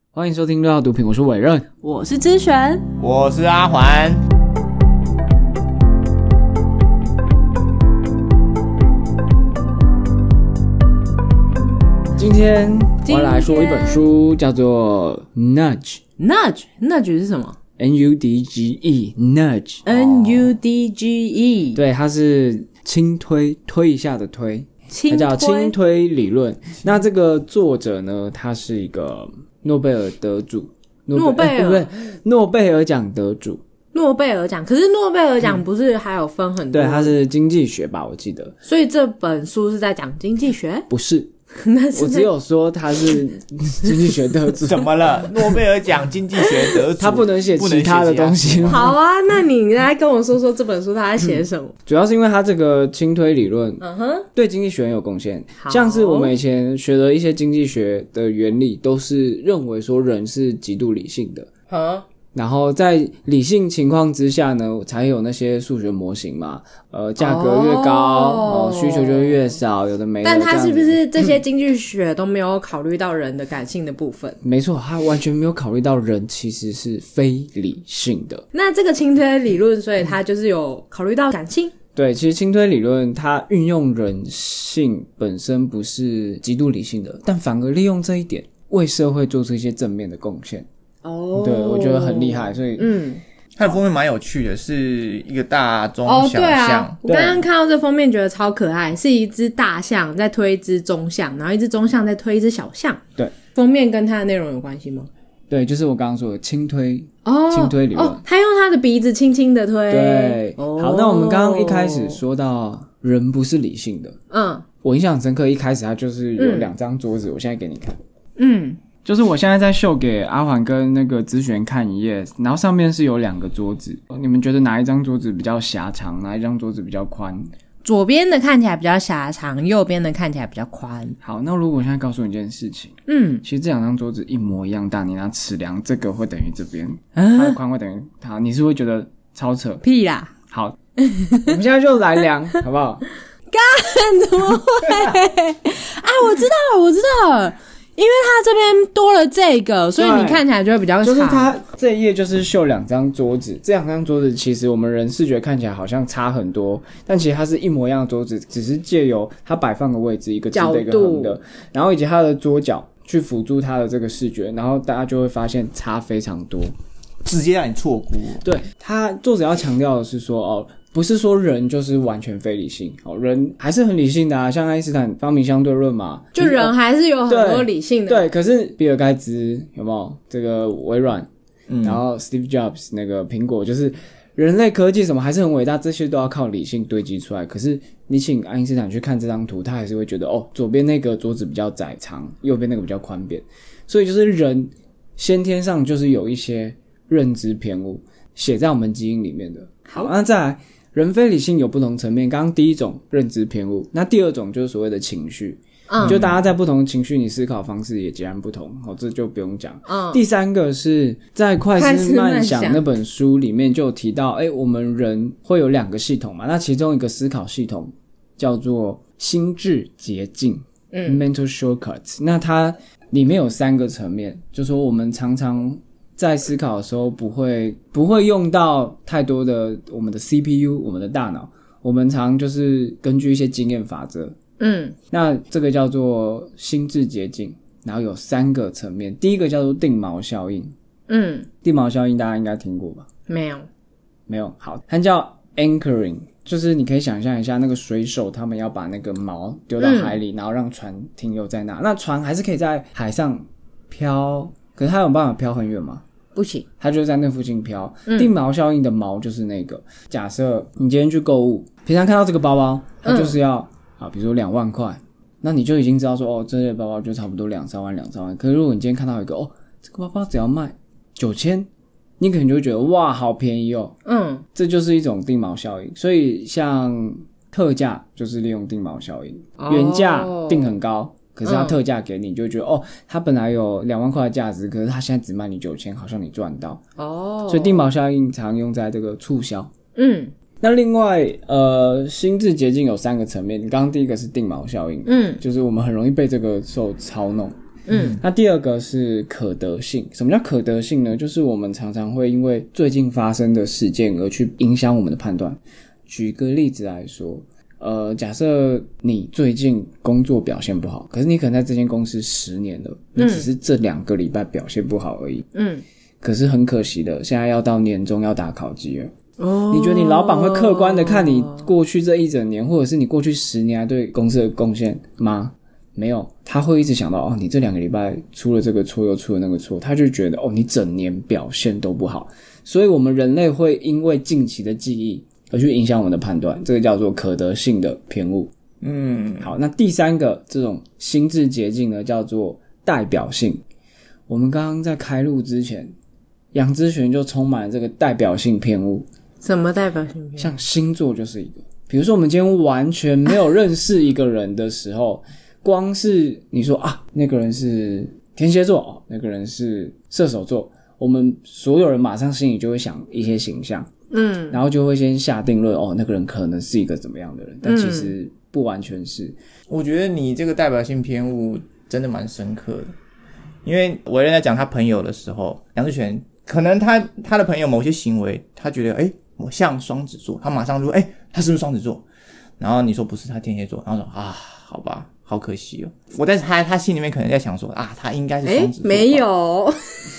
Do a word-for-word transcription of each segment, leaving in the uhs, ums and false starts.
欢迎收听六号毒品，我是伟任， 我是知璇， 我是阿环。 今天我要来说一本书，叫做 Nudge。 Nudge Nudge 是什么？ N U D G E Nudge N U D G E、哦、 对，它是轻推，推一下的推，它叫轻推理论。那这个作者呢，他是一个诺贝尔得主， 诺贝尔、 欸、诺贝尔奖得主。 诺贝尔奖，可是诺贝尔奖不是还有分很多、 嗯、对，它是经济学吧，我记得。 所以这本书是在讲经济学？ 不是， 那是我只有说他是经济学得主。 怎么了？诺贝尔奖经济学得主， 他不能写其他的东西吗？ 好啊，那你来跟我说说这本书他在写什么、嗯、 主要是因为他这个轻推理论嗯哼， 对经济学很有贡献。像是我们以前学的一些经济学的原理都是认为说人是极度理性的， 嗯， 然后在理性情况之下呢，才有那些数学模型嘛，呃，价格越高，哦，需求就越少，有的没的。 但他是不是这些经济学都没有考虑到人的感性的部分？ 嗯、没错，他完全没有考虑到人其实是非理性的。 那这个轻推理论，所以他就是有考虑到感性。 对，其实轻推理论它运用人性本身不是极度理性的，但反而利用这一点为社会做出一些正面的贡献。 哦， 对，我觉得很厉害，所以嗯， 它的封面蛮有趣的，是一个大中小象。 哦，对啊，我刚刚看到这封面觉得超可爱，是一只大象在推一只中象，然后一只中象在推一只小象。 对， 封面跟它的内容有关系吗？ 对，就是我刚刚说的轻推， 哦， 轻推理论。 哦，他用他的鼻子轻轻的推。 对， 哦， 好，那我们刚刚一开始说到人不是理性的， 嗯， 我印象深刻，一开始他就是有两张桌子，嗯，我现在给你看， 嗯。 就是我现在在秀给阿环跟那个子璇看一页，然后上面是有两个桌子，你们觉得哪一张桌子比较狭长，哪一张桌子比较宽？ 左边的看起来比较狭长，右边的看起来比较宽。 好，那如果我现在告诉你一件事情， 嗯， 其实这两张桌子一模一样大，你拿尺量，这个会等于这边，啊，它的宽会等于它，你是会觉得超扯？ 屁啦！ 好，我们现在就来量，好不好？ 干怎么会？啊，我知道了，我知道了。因为它这边多了这个，所以你看起来就会比较长。 就是它这一页就是秀两张桌子，这两张桌子其实我们人视觉看起来好像差很多，但其实它是一模一样的桌子，只是借由它摆放的位置，一个直的一个横的，然后以及它的桌角去辅助它的这个视觉，然后大家就会发现差非常多， 直接让你错估。 对，他作者要强调的是说，哦，不是说人就是完全非理性，哦，人还是很理性的啊，像爱因斯坦发明相对论嘛， 就人还是有很多理性的。 对，对，可是比尔盖茨有没有这个微软， 嗯， 然后 Steve Jobs 那个苹果，就是人类科技什么还是很伟大，这些都要靠理性堆积出来。可是你请爱因斯坦去看这张图，他还是会觉得，哦，左边那个桌子比较窄长，右边那个比较宽扁，所以就是人先天上就是有一些认知偏误写在我们基因里面的。好，那再来，人非理性有不同层面，刚刚第一种认知偏误，那第二种就是所谓的情绪，嗯，就大家在不同的情绪，你思考方式也截然不同，好，这就不用讲。 嗯， 第三个是在《快思慢想》那本书里面就有提到，诶，我们人会有两个系统嘛，那其中一个思考系统叫做心智捷径，嗯 ，mental shortcuts， 那它里面有三个层面，就说我们常常在思考的时候不会不会用到太多的我们的 C P U， 我们的大脑，我们常就是根据一些经验法则， 嗯， 那这个叫做心智捷径，然后有三个层面，第一个叫做定锚效应， 嗯， 定锚效应大家应该听过吧？ 没有， 没有，好，它叫 anchoring， 就是你可以想象一下那个水手他们要把那个锚丢到海里，嗯，然后让船停留在那，那船还是可以在海上飘，可是它有办法飘很远吗？ 不行， 它就在那附近飘， 嗯， 定锚效应的锚就是那个，假设你今天去购物，平常看到这个包包它就是要，嗯，啊，比如说两万块，那你就已经知道说，哦，这类包包就差不多两三万两三万，可是如果你今天看到一个，哦，这个包包只要卖九千，你可能就会觉得哇好便宜哦， 嗯， 这就是一种定锚效应。所以像特价就是利用定锚效应， 哦， 原价定很高，可是它特价给你，你就会觉得，嗯，哦，它本来有两万块的价值，可是它现在只卖你九千，好像你赚到哦。 所以定锚效应常用在这个促销。 嗯， 那另外呃，心智捷径有三个层面，刚刚第一个是定锚效应， 嗯， 就是我们很容易被这个受操弄。 嗯， 那第二个是可得性。什么叫可得性呢？就是我们常常会因为最近发生的事件而去影响我们的判断。举个例子来说，呃，假设你最近工作表现不好，可是你可能在这间公司十年了，你只是这两个礼拜表现不好而已。嗯，可是很可惜的，现在要到年终要打考绩了。哦，你觉得你老板会客观的看你过去这一整年，或者是你过去十年来对公司的贡献吗？没有，他会一直想到哦，你这两个礼拜出了这个错又出了那个错，他就觉得哦，你整年表现都不好。所以我们人类会因为近期的记忆而去影响我们的判断，这个叫做可得性的偏误。嗯，好，那第三个这种心智捷径呢，叫做代表性。我们刚刚在开录之前，杨之璇就充满了这个代表性偏误。 什么代表性偏误？ 像星座就是一个，比如说我们今天完全没有认识一个人的时候，光是你说啊，那个人是天蝎座，哦，那个人是射手座，我们所有人马上心里就会想一些形象。嗯，然后就会先下定论，哦，那个人可能是一个怎么样的人，但其实不完全是。嗯， 我觉得你这个代表性偏误真的蛮深刻的，因为我在讲他朋友的时候，杨志璇可能他他的朋友某些行为，他觉得诶我像双子座，他马上就说诶他是不是双子座？然后你说不是，他天蝎座，然后说啊好吧，好可惜哦。我在猜他心里面可能在想说啊他应该是双子座吧。 诶没有。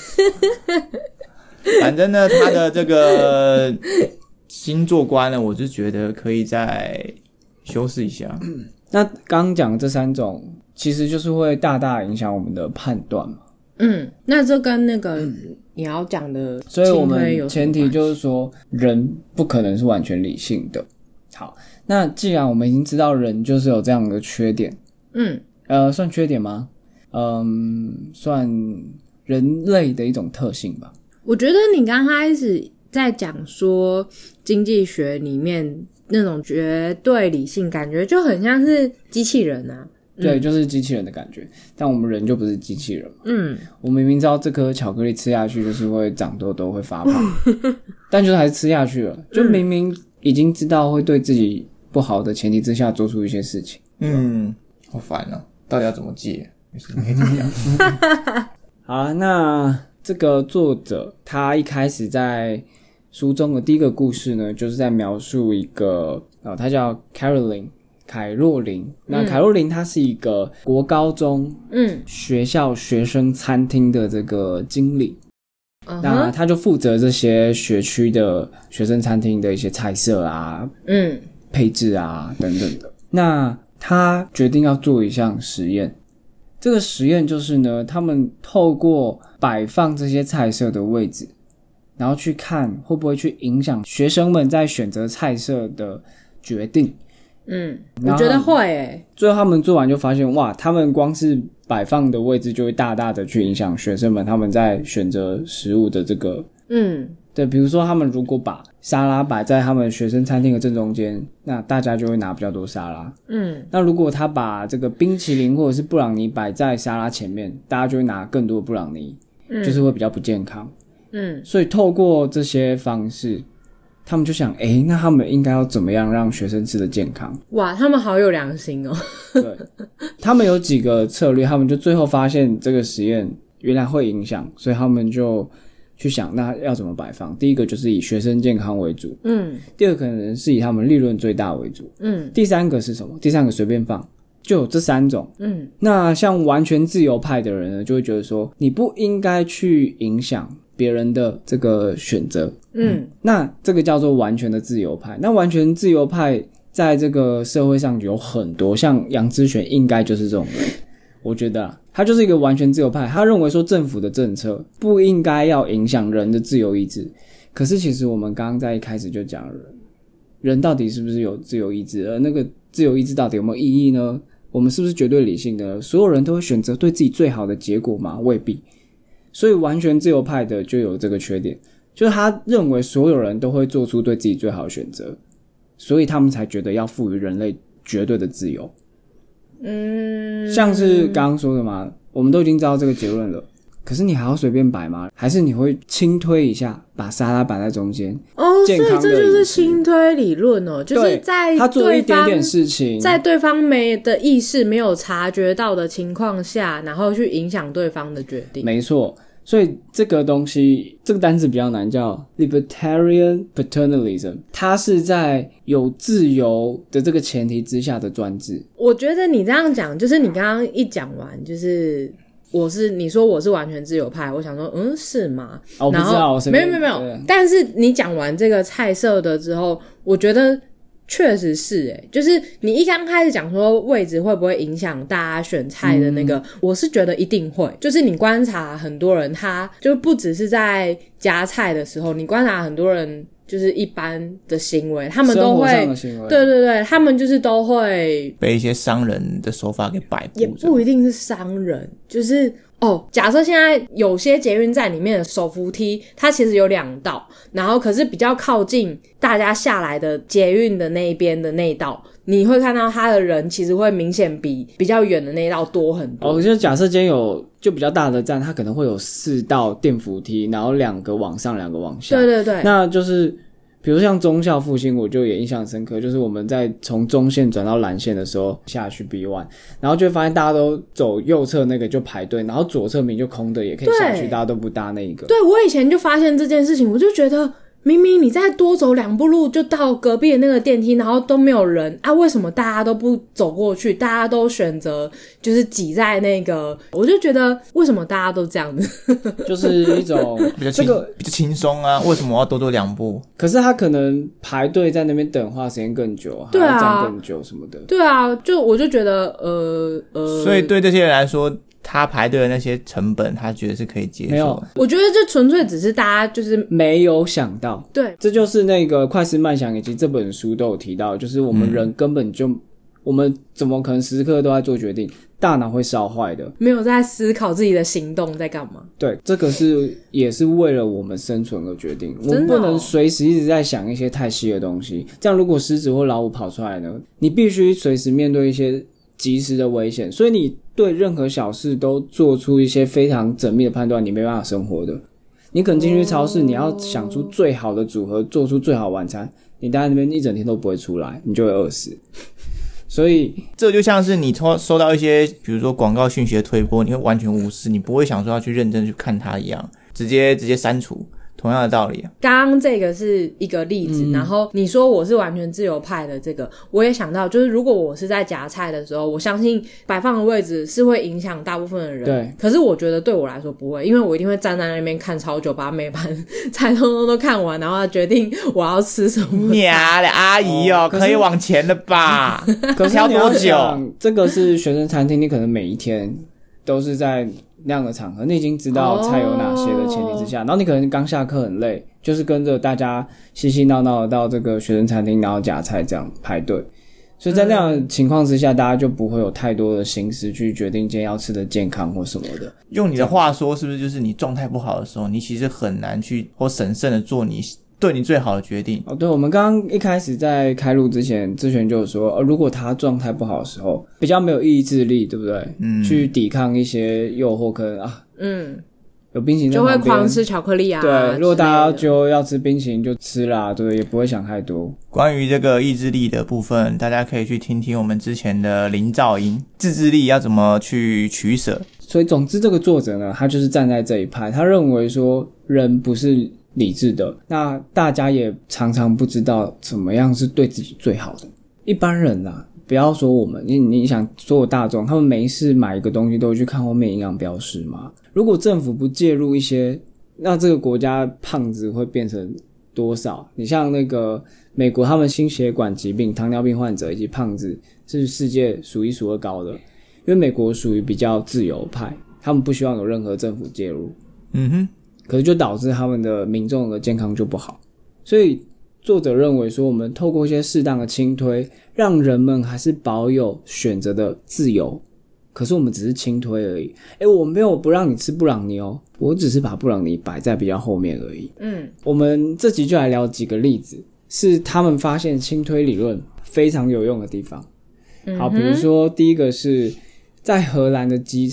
反正呢，他的这个星座观呢，我就觉得可以再修饰一下。 嗯，那刚刚讲这三种，其实就是会大大影响我们的判断嘛。 嗯，那这跟那个你要讲的， 所以我们前提就是说，人不可能是完全理性的。好，那既然我们已经知道人就是有这样的缺点，嗯，呃，算缺点吗？嗯，算人类的一种特性吧。 我觉得你刚开始在讲说经济学里面那种绝对理性，感觉就很像是机器人啊。 对，就是机器人的感觉，但我们人就不是机器人嘛。嗯，我明明知道这颗巧克力吃下去就是会长痘痘会发胖，但就是还是吃下去了，就明明已经知道会对自己不好的前提之下做出一些事情。 嗯，好烦啊，到底要怎么戒？没事，你可以这样。 好啊，那这个作者他一开始在书中的第一个故事呢，就是在描述一个哦，他叫 Caroline 凯洛琳。那凯洛琳她是一个国高中嗯学校学生餐厅的这个经理。Uh-huh. 那他就负责这些学区的学生餐厅的一些菜色啊，嗯，配置啊等等的。那他决定要做一项实验。这个实验就是呢，他们透过摆放这些菜色的位置，然后去看会不会去影响学生们在选择菜色的决定。 嗯，我觉得会诶。 最后他们做完就发现，哇，他们光是摆放的位置就会大大的去影响学生们他们在选择食物的这个，嗯，对，比如说他们如果把沙拉摆在他们学生餐厅的正中间，那大家就会拿比较多沙拉。嗯，那如果他把这个冰淇淋或者是布朗尼摆在沙拉前面，大家就会拿更多的布朗尼，嗯，就是会比较不健康。嗯，所以透过这些方式，他们就想，诶，那他们应该要怎么样让学生吃得健康？ 哇，他们好有良心哦。 对，他们有几个策略，他们就最后发现这个实验原来会影响，所以他们就去想那要怎么摆放。第一个就是以学生健康为主，嗯，第二个可能是以他们利润最大为主，嗯，第三个是什么？第三个随便放，就有这三种。嗯，那像完全自由派的人呢，就会觉得说你不应该去影响别人的这个选择。嗯，那这个叫做完全的自由派。那完全自由派在这个社会上有很多，像杨之璇应该就是这种人。我觉得啊，他就是一个完全自由派，他认为说政府的政策不应该要影响人的自由意志。可是其实我们刚刚在一开始就讲了，人到底是不是有自由意志，而那个自由意志到底有没有意义呢？我们是不是绝对理性的？所有人都会选择对自己最好的结果吗？未必。所以完全自由派的就有这个缺点，就是他认为所有人都会做出对自己最好的选择，所以他们才觉得要赋予人类绝对的自由。嗯，像是刚刚说的嘛，我们都已经知道这个结论了， 可是你还要随便摆吗？还是你会轻推一下，把沙拉摆在中间？ 哦，所以这就是轻推理论哦，就是在他做一点点事情， 在对方没的意识没有察觉到的情况下，然后去影响对方的决定。 没错，所以这个东西，这个单词比较难，叫 libertarian paternalism， 它是在有自由的这个前提之下的专制。 我觉得你这样讲，就是你刚刚一讲完，就是我是你说我是完全自由派，我想说嗯是吗？ 哦，我不知道， 没有没有没有。但是你讲完这个菜色的之后，我觉得确实是诶、欸，就是你一刚开始讲说位置会不会影响大家选菜的那个、嗯、我是觉得一定会。就是你观察很多人，他就不只是在夹菜的时候，你观察很多人就是一般的行为，他们都会， 生活上的行为， 对对对，他们就是都会被一些商人的手法给摆布， 也不一定是商人，就是哦，假设现在有些捷运站里面的手扶梯，它其实有两道，然后可是比较靠近大家下来的捷运的那一边的那一道，你会看到他的人其实会明显比比较远的那一道多很多。 哦，就假设今天有就比较大的站，它可能会有四道电扶梯，然后两个往上，两个往下。 对对对， 那就是比如像忠孝复兴，我就也印象深刻，就是我们在从中线转到蓝线的时候下去 B 一， 然后就会发现大家都走右侧那个就排队，然后左侧明就空的也可以下去，大家都不搭那一个。 对，我以前就发现这件事情，我就觉得明明你再多走两步路就到隔壁的那个电梯，然后都没有人啊，为什么大家都不走过去？大家都选择就是挤在那个，我就觉得为什么大家都这样子？ 就是一种比较这个比较轻松啊，为什么我要多走两步？ 可是他可能排队在那边等花时间更久， 对啊， 还要站更久什么的。 对啊，就我就觉得呃呃， 所以对这些人来说，他排队的那些成本，他觉得是可以接受的。 没有， 我觉得这纯粹只是大家就是没有想到。 对， 这就是那个快思慢想以及这本书都有提到，就是我们人根本就、嗯、我们怎么可能时时刻刻都在做决定，大脑会烧坏的， 没有在思考自己的行动在干嘛。 对，这个是也是为了我们生存而决定、哦、我们不能随时一直在想一些太细的东西，这样如果狮子或老虎跑出来呢，你必须随时面对一些及时的危险，所以你对任何小事都做出一些非常缜密的判断，你没办法生活的。你可能进去超市、哦、你要想出最好的组合，做出最好晚餐，你待在那边一整天都不会出来，你就会饿死。所以这就像是你收到一些比如说广告讯息的推播，你会完全无视，你不会想说要去认真去看它一样，直接直接删除，同样的道理啊。 刚刚这个是一个例子、嗯、然后你说我是完全自由派的，这个我也想到，就是如果我是在夹菜的时候，我相信摆放的位置是会影响大部分的人， 对， 可是我觉得对我来说不会，因为我一定会站在那边看超久，把每盘菜通通都看完，然后决定我要吃什么。 娘的阿姨哦，可, 可以往前了吧？ 可是你要想这个是学生餐厅，你可能每一天都是在那样的场合，你已经知道菜有哪些的前提之下、oh. 然后你可能刚下课很累，就是跟着大家嬉嬉闹闹的到这个学生餐厅，然后夹菜这样排队，所以在那样的情况之下、嗯、大家就不会有太多的心思去决定今天要吃的健康或什么的。 用你的话说，是不是就是你状态不好的时候，你其实很难去或审慎的做你对你最好的决定。 哦，对，我们刚刚一开始在开录之前，志璇就有说、呃、如果他状态不好的时候，比较没有意志力，对不对？嗯，去抵抗一些诱惑，可能啊，嗯，有冰淇淋在旁边就会狂吃巧克力啊。 对，如果大家就要吃冰淇淋就吃啦，对，也不会想太多。 关于这个意志力的部分，大家可以去听听我们之前的林兆英，自制力要怎么去取舍。 所以总之这个作者呢，他就是站在这一派，他认为说人不是理智的，那大家也常常不知道怎么样是对自己最好的。一般人啦、啊，不要说我们，你你想所有大众，他们没事买一个东西都会去看后面营养标示吗？如果政府不介入一些，那这个国家胖子会变成多少？你像那个美国，他们心血管疾病、糖尿病患者以及胖子是世界数一数二高的，因为美国属于比较自由派，他们不希望有任何政府介入。嗯哼。可是就导致他们的民众的健康就不好，所以作者认为说，我们透过一些适当的轻推，让人们还是保有选择的自由。可是我们只是轻推而已，诶，我没有不让你吃布朗尼哦，我只是把布朗尼摆在比较后面而已。嗯，我们这集就来聊几个例子，是他们发现轻推理论非常有用的地方。好，比如说第一个是在荷兰的机场。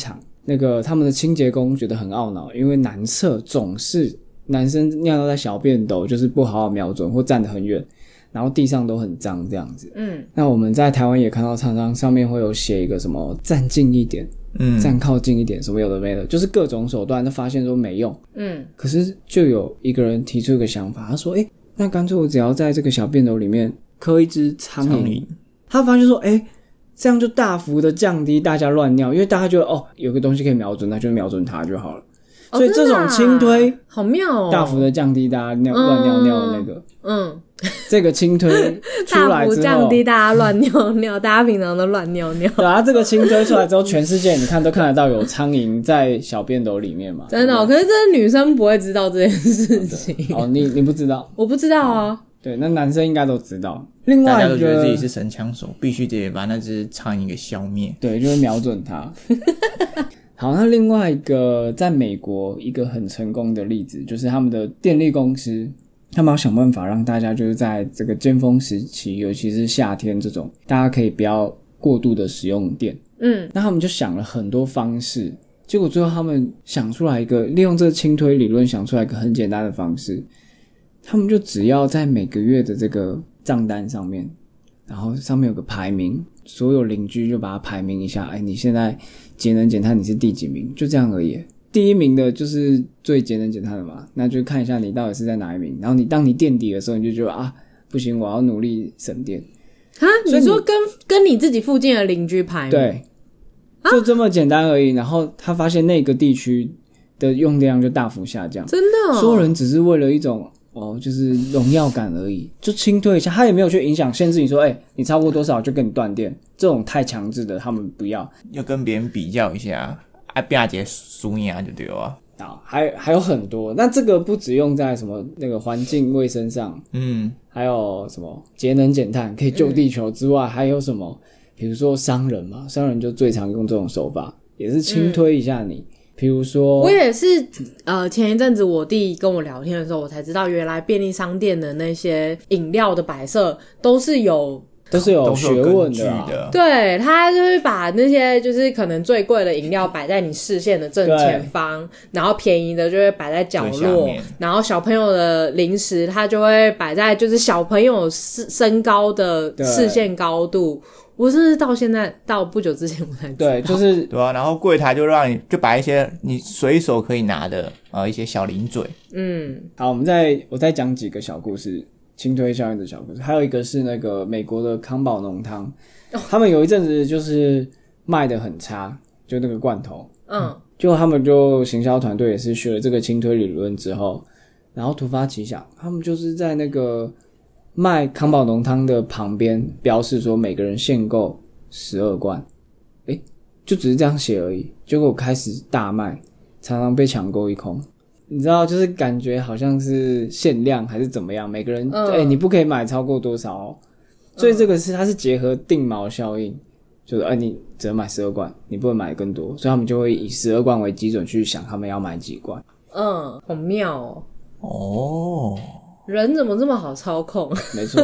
那个他们的清洁工觉得很懊恼，因为男厕总是男生尿到在小便斗，就是不好好瞄准或站得很远，然后地上都很脏这样子。嗯，那我们在台湾也看到常常上面会有写一个什么站近一点，嗯，站靠近一点，什么有的没的，就是各种手段都发现说没用。嗯，可是就有一个人提出一个想法，他说：“哎，那干脆我只要在这个小便斗里面刻一只苍蝇。”他发现说：“哎，这样就大幅的降低大家乱尿，因为大家觉得哦有个东西可以瞄准，那就瞄准它就好了。”所以这种轻推、 哦啊、好妙哦， 大幅的降低大家尿乱、嗯、尿尿的那个，嗯，这个轻推出来之后，大幅降低大家乱尿尿，大家平常都乱尿尿。 对啊，这个轻推出来之后，全世界你看都看得到有苍蝇在小便斗里面嘛。 真的、哦，可是这女生不会知道这件事情。 哦，你你不知道？ 我不知道啊、哦。 对，那男生应该都知道。另外一个， 大家都觉得自己是神枪手，必须得把那只苍蝇给消灭。 对，就会瞄准它。好，那另外一个在美国一个很成功的例子，就是他们的电力公司，他们要想办法让大家就是在这个尖峰时期，尤其是夏天这种，大家可以不要过度的使用电。嗯，那他们就想了很多方式，结果最后他们想出来一个，利用这个轻推理论想出来一个很简单的方式，他们就只要在每个月的这个账单上面，然后上面有个排名，所有邻居就把它排名一下，哎，你现在节能减碳你是第几名，就这样而已。第一名的就是最节能减碳的嘛，那就看一下你到底是在哪一名，然后你当你垫底的时候，你就觉得啊不行，我要努力省电。 哈，你说跟跟你自己附近的邻居排名？ 对，就这么简单而已。然后他发现那个地区的用电量就大幅下降， 真的、哦， 所有人只是为了一种哦，就是荣耀感而已，就轻推一下，他也没有去影响限制你说，哎、欸，你超过多少就跟你断电，这种太强制的他们不要， 要跟别人比较一下，啊，变一个输赢就对了。 好，还还有很多，那这个不只用在什么那个环境卫生上，嗯，还有什么节能减碳可以救地球之外，嗯、还有什么，比如说商人嘛，商人就最常用这种手法，也是轻推一下你。嗯，比如说我也是呃前一阵子我弟跟我聊天的时候，我才知道原来便利商店的那些饮料的摆设都是有都是有学问的啊， 的对，他就是把那些就是可能最贵的饮料摆在你视线的正前方，然后便宜的就会摆在角落，然后小朋友的零食他就会摆在就是小朋友身高的视线高度。我是到现在到不久之前我才知道， 对，就是对啊，然后柜台就让你就摆一些你随手可以拿的呃一些小零嘴。 嗯，好，我们再我再讲几个小故事，轻推效应的小故事。还有一个是那个美国的康宝浓汤，哦，他们有一阵子就是卖得很差，就那个罐头，嗯，就他们就行销团队也是学了这个轻推理论之后，然后突发奇想，他们就是在那个卖康宝浓汤的旁边标示说每个人限购十二罐，诶，就只是这样写而已，结果开始大卖，常常被抢购一空。你知道，就是感觉好像是限量还是怎么样，每个人，嗯，诶，你不可以买超过多少哦。所以这个是它是结合定锚效应，就是诶，你只能买十二罐，你不能买更多，所以他们就会以十二罐为基准去想他们要买几罐。 嗯，好妙哦。 哦。 人怎么这么好操控？ 没错，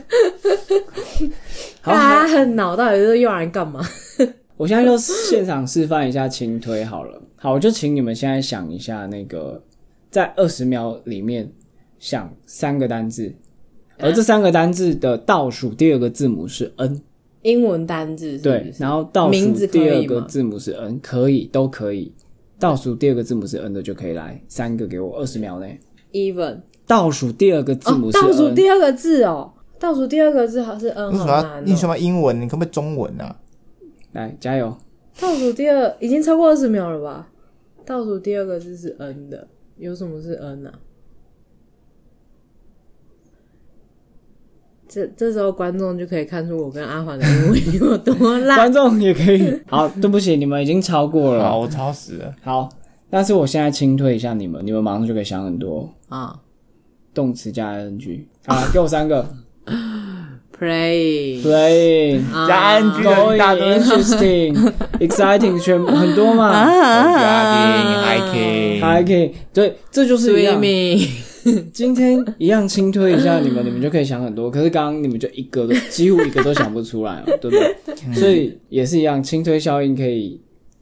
大家很脑到底是用来干嘛？ 我现在就现场示范一下轻推好了。好，我就请你们现在想一下，那个在二十秒里面想三个单字，而这三个单字的倒数第二个字母是 N， 英文单字是不是？ 对，然后倒数第二个字母是 N， 可以，都可以。倒数第二个字母是 N 的就可以来，三个给我，二十秒内。 Even。 倒数第二个字母是 N， 哦，倒数第二个字哦，倒数第二个字好是 N， 好难哦。 你什么英文？你可不可以中文啊？ 来，加油！ 倒数第二已经超过二十秒了吧？倒数第二个字是 N 的，有什么是 N 啊？这这时候观众就可以看出我跟阿环的英文有多烂。 观众也可以。好，对不起，你们已经超过了。 好，我超死了。 好，但是我现在轻推一下你们，你们马上就可以想很多啊。动词加 ing， 好，给我三个。 Play Play 加 ing 的一大堆 ，Interesting Exciting 全很多嘛。 Hiking Hiking 对，这就是一样。 Swimming 今天一样轻推一下你们，你们就可以想很多。可是刚刚你们就一个都几乎一个都想不出来哦，对不对？所以也是一样，轻推效应可以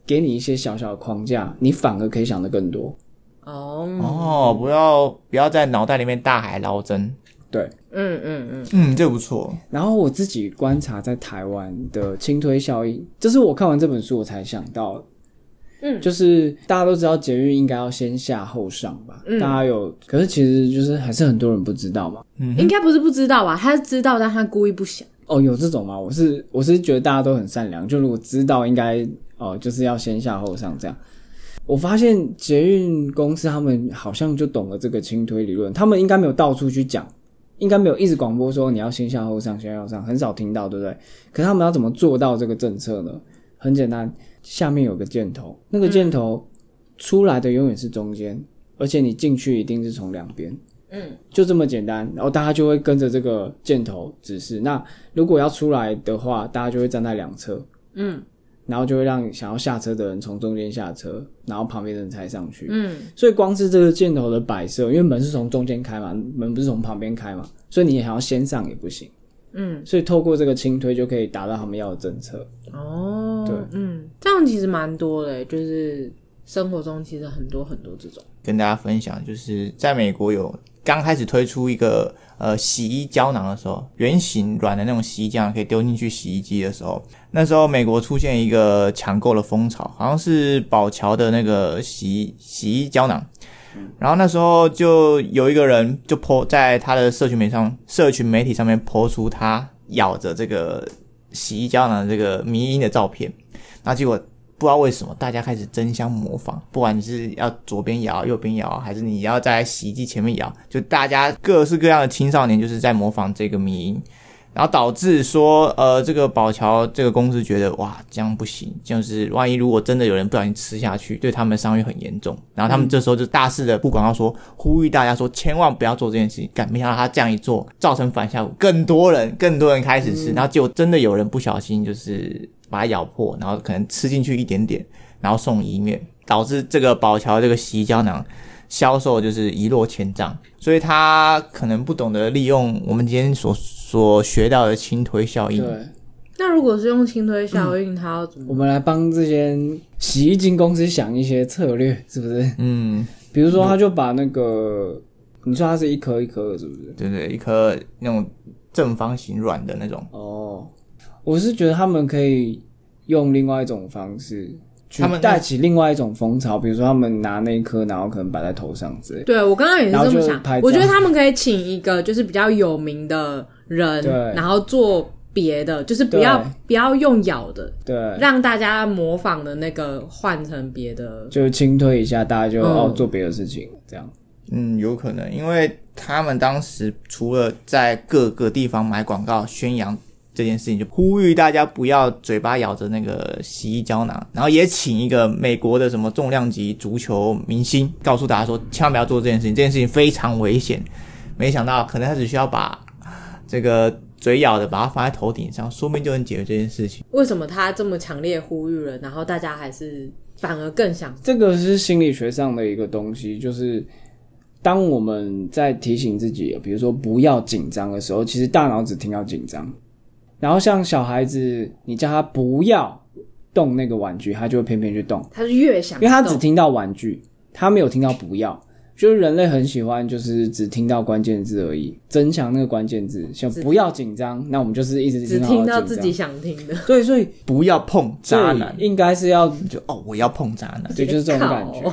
给你一些小小的框架，你反而可以想得更多。 哦哦，不要不要在脑袋里面大海捞针。 对， 嗯嗯嗯嗯，这不错。 然后我自己观察在台湾的轻推效应，这是我看完这本书我才想到的。 嗯， 就是大家都知道捷运应该要先下后上吧， 嗯， 大家有，可是其实就是还是很多人不知道嘛。 嗯， 应该不是不知道吧，他知道但他故意不想。 哦，有这种吗？我是我是觉得大家都很善良，就如果知道应该哦就是要先下后上这样。我发现捷运公司他们好像就懂了这个轻推理论，他们应该没有到处去讲，应该没有一直广播说你要先下后上先下后上，很少听到，对不对？可是他们要怎么做到这个政策呢？很简单，下面有个箭头，那个箭头出来的永远是中间，而且你进去一定是从两边， 嗯， 就这么简单。然后大家就会跟着这个箭头指示。那如果要出来的话，大家就会站在两侧， 嗯， 然后就会让想要下车的人从中间下车，然后旁边的人才上去。 嗯， 所以光是这个箭头的摆设，因为门是从中间开嘛，门不是从旁边开嘛，所以你想要先上也不行。嗯，所以透过这个轻推就可以达到他们要的政策。 哦， 对， 嗯，这样其实蛮多的，就是生活中其实很多很多这种。 跟大家分享，就是在美国有刚开始推出一个呃洗衣胶囊的时候，圆形软的那种洗衣胶囊可以丢进去洗衣机的时候，那时候美国出现一个抢购的风潮，好像是宝乔的那个洗衣洗衣胶囊。然后那时候就有一个人就 po 在他的社群媒体上社群媒体上面 po 出他咬着这个洗衣胶囊的这个迷因的照片，然后结果不知道为什么大家开始争相模仿，不管你是要左边摇右边摇，还是你要在洗衣机前面摇，就大家各式各样的青少年就是在模仿这个迷因，然后导致说呃这个宝乔这个公司觉得哇这样不行，就是万一如果真的有人不小心吃下去，对他们的伤害很严重，然后他们这时候就大肆的布广告说，呼吁大家说千万不要做这件事情，干没想到他这样一做造成反效果，更多人更多人开始吃，然后结果真的有人不小心就是把它咬破，然后可能吃进去一点点，然后送医院，导致这个宝乔这个洗衣胶囊销售就是一落千丈，所以他可能不懂得利用我们今天所所学到的轻推效应。 对， 那如果是用轻推效应，他要怎么？ 我们来帮这些洗衣精公司想一些策略，是不是？ 嗯， 比如说他就把那个，你说它是一颗一颗的，是不是？ 对对，一颗那种正方形软的那种。 哦，我是觉得他们可以用另外一种方式去他们带起另外一种风潮，比如说他们拿那一颗，然后可能摆在头上之类的。 对，我刚刚也是这么然后想就拍照。 我觉得他们可以请一个就是比较有名的人， 对然后做别的，就是不要对不要用咬的， 对， 让大家模仿的那个换成别的。 就轻推一下，大家就、 嗯哦做别的事情，这样。 嗯，有可能，因为他们当时除了在各个地方买广告宣扬这件事情，就呼吁大家不要嘴巴咬着那个洗衣胶囊，然后也请一个美国的什么重量级足球明星告诉大家说千万不要做这件事情，这件事情非常危险。没想到可能他只需要把这个嘴咬的把它放在头顶上，说不定就能解决这件事情。 为什么他这么强烈呼吁人，然后大家还是反而更想？ 这个是心理学上的一个东西，就是当我们在提醒自己，比如说不要紧张的时候，其实大脑只听到紧张。然后像小孩子，你叫他不要动那个玩具，他就会偏偏去动， 他是越想动， 因为他只听到玩具，他没有听到不要。就是人类很喜欢，就是只听到关键字而已，增强那个关键字，像不要紧张，那我们就是一直只听到自己想听的。 对，所以不要碰渣男， 应该是要就哦，我要碰渣男， 对，就是这种感觉。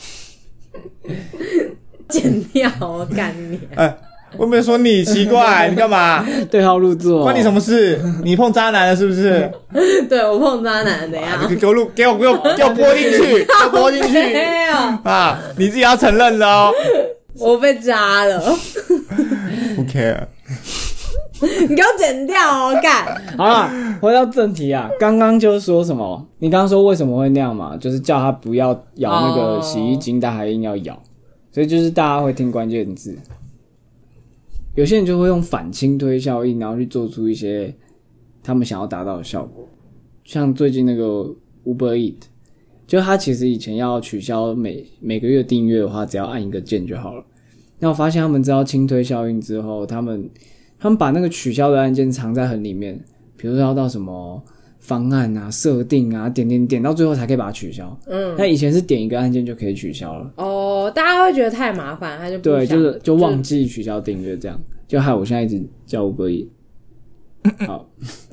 剪掉我干你！ 哎，我没有说你奇怪，你干嘛？ 对号入座， 关你什么事？你碰渣男了是不是？ 对我碰渣男怎样？ 你给我录，给我给我给我播进去，给我播进去没有啊！你自己要承认了哦。 我被渣了。 Who care？ 你给我剪掉哦，干！ 好啦，回到正题啊，刚刚就是说什么？你刚刚说为什么会那样嘛？就是叫他不要咬那个洗衣精，但还硬要咬，所以就是大家会听关键字。有些人就会用反轻推效应，然后去做出一些他们想要达到的效果。像最近那个 Uber Eat， 就他其实以前要取消每每个月订阅的话，只要按一个键就好了。那我发现他们知道轻推效应之后，他们他们把那个取消的按键藏在很里面，比如说要到什么方案啊、设定啊，点点点到最后才可以把它取消。嗯，那以前是点一个按键就可以取消了。 哦，大家会觉得太麻烦，他就不对， 想就是就忘记取消订阅这样，就害我现在一直叫 Uber Eats。好，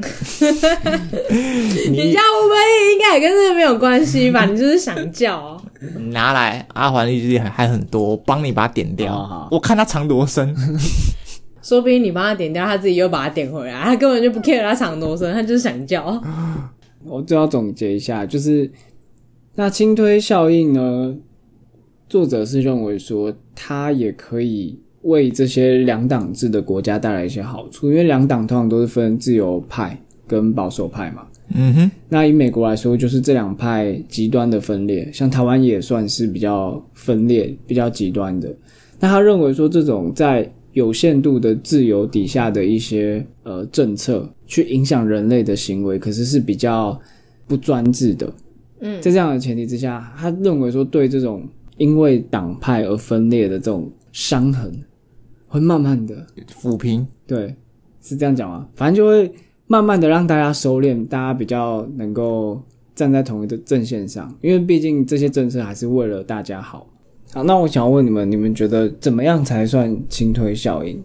你叫 Uber Eats应该也跟这个没有关系吧？你就是想叫。 拿来，阿环日历还还很多，帮你把它点掉。 好好我看它藏多深。 说不定你帮他点掉，他自己又把它点回来，他根本就不 care 他藏多深，他就是想叫。 我最要总结一下，就是那轻推效应呢，作者是认为说它也可以为这些两党制的国家带来一些好处，因为两党通常都是分自由派跟保守派嘛。 嗯哼， 那以美国来说，就是这两派极端的分裂，像台湾也算是比较分裂、比较极端的。那他认为说，这种在有限度的自由底下的一些呃政策，去影响人类的行为，可是是比较不专制的。嗯，在这样的前提之下，他认为说，对这种因为党派而分裂的这种伤痕，会慢慢的抚平。 对，是这样讲吗？反正就会慢慢的让大家收敛，大家比较能够站在同一个阵线上，因为毕竟这些政策还是为了大家好。好，那我想要问你们，你们觉得怎么样才算轻推效应？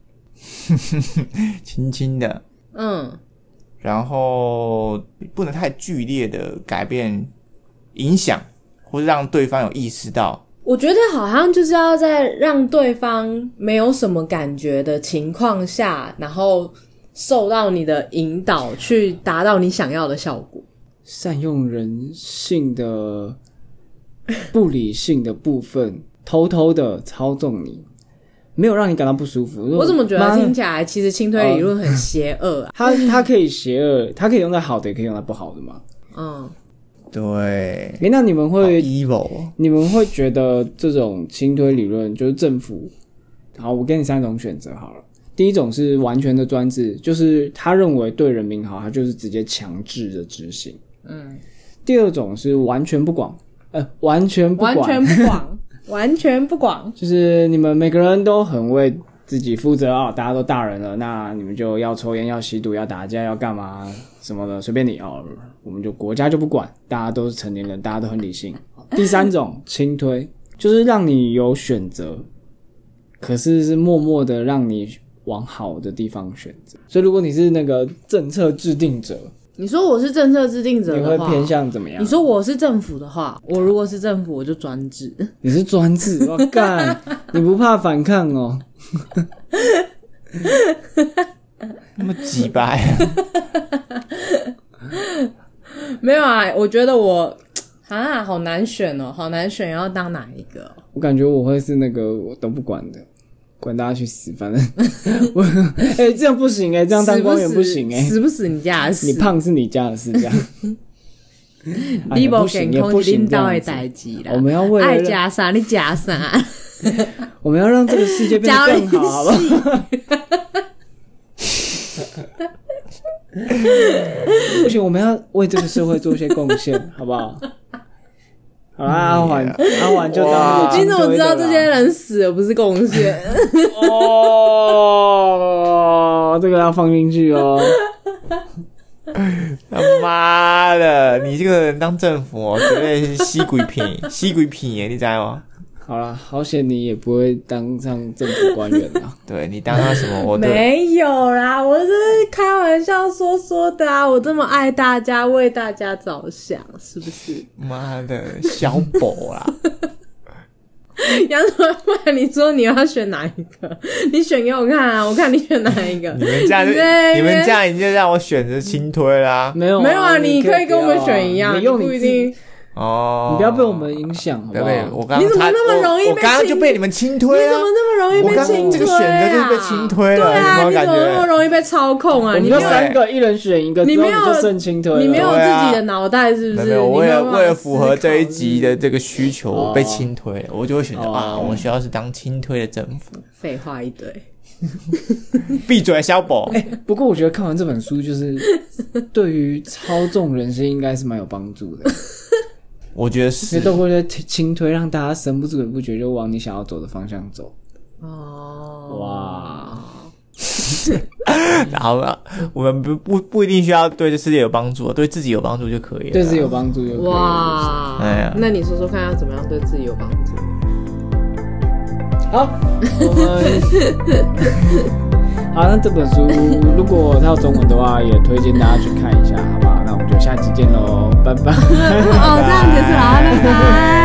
轻轻的， 嗯， 然后不能太剧烈的改变影响，或是让对方有意识到。 我觉得好像就是要在让对方没有什么感觉的情况下，然后受到你的引导，去达到你想要的效果。 善用人性的不理性的部分，偷偷的操纵你，没有让你感到不舒服。 我怎么觉得听起来其实轻推理论很邪恶啊？ 它它可以邪恶，它可以用在好的，也可以用在不好的嘛。 嗯， 对。 诶，那你们会 evil， 你们会觉得这种轻推理论就是政府？好，我给你三种选择好了。第一种是完全的专制，就是他认为对人民好，他就是直接强制的执行。嗯。第二种是完全不管。呃，完全不管， 完全不管，完全不管， 就是你们每个人都很为自己负责啊、哦，大家都大人了，那你们就要抽烟、要吸毒、要打架、要干嘛什么的，随便你哦，我们就国家就不管，大家都是成年人，大家都很理性。第三种轻推，就是让你有选择，可是是默默的让你往好的地方选择。所以如果你是那个政策制定者， 你说我是政策制定者的话， 你会偏向怎么样？ 你说我是政府的话，我如果是政府，我就专制。 你是专制，我干，你不怕反抗哦？ 那么鸡掰啊！ 没有啊，我觉得我啊，好难选哦，好难选要当哪一个、哦？ 我感觉我会是那个我都不管的。管大家去死，反正我哎、欸，这样不行哎、欸，这样当官员不行哎、欸， 死不死你家的事， 你胖是你家的事，这样。 你不健康是领导的代志啦。 我们要为了爱加啥你加啥， 我们要让这个世界变得更好，好不好？不行，我们要为这个社会做一些贡献，好不好？好啦，阿环，阿环就当那个。 你怎么知道这些人死了不是贡献？ 哦，这个要放进去哦。 他妈的，你这个人当政府哦，绝对是吸鬼片，吸鬼片耶，你知道吗？ 好啦，好险你也不会当上政府官员啦。 对，你当他什么？我没有啦，我是开玩笑说说的啊。我这么爱大家，为大家着想，是不是？ 妈的，小宝啦！ 杨主任，不然你说你要选哪一个？你选给我看啊，我看你选哪一个。 你们这样就，你们这样已经让我选择轻推啦、啊。 没有、啊， 没有啊，你可以跟我们选一样， 你用你不一定。 哦， 你不要被我们影响，好不好？ 我刚你怎么那么容易被？ 我刚刚就被你们轻推啊！ 你怎么那么容易被轻推啊？ 这个选择就是被轻推了， 对啊， 有没有感觉？ 你怎么那么容易被操控啊？ 你们三个一人选一个， 你没有就剩轻推了， 你没有自己的脑袋是不是？ 没有，为了为了符合这一集的的这个需求，我被轻推了，我就会选择啊， 哦我需要是当轻推的政府。 废话一堆。 闭嘴，小宝。 欸，不过我觉得看完这本书，就是对于操纵人心应该是蛮有帮助的。 我觉得是， 因为都会轻推，让大家神不知鬼不觉就往你想要走的方向走。 哦， 哇！ 然后我们不不不一定需要对这世界有帮助，对自己有帮助就可以了。 对自己有帮助就可以了。 哇， 哎呀， 那你说说看，要怎么样对自己有帮助？ 好，我们好，那这本书如果它有中文的话，也推荐大家去看一下，好不好？那我们就下期见喽，拜拜。 哦，这样结束了，拜拜。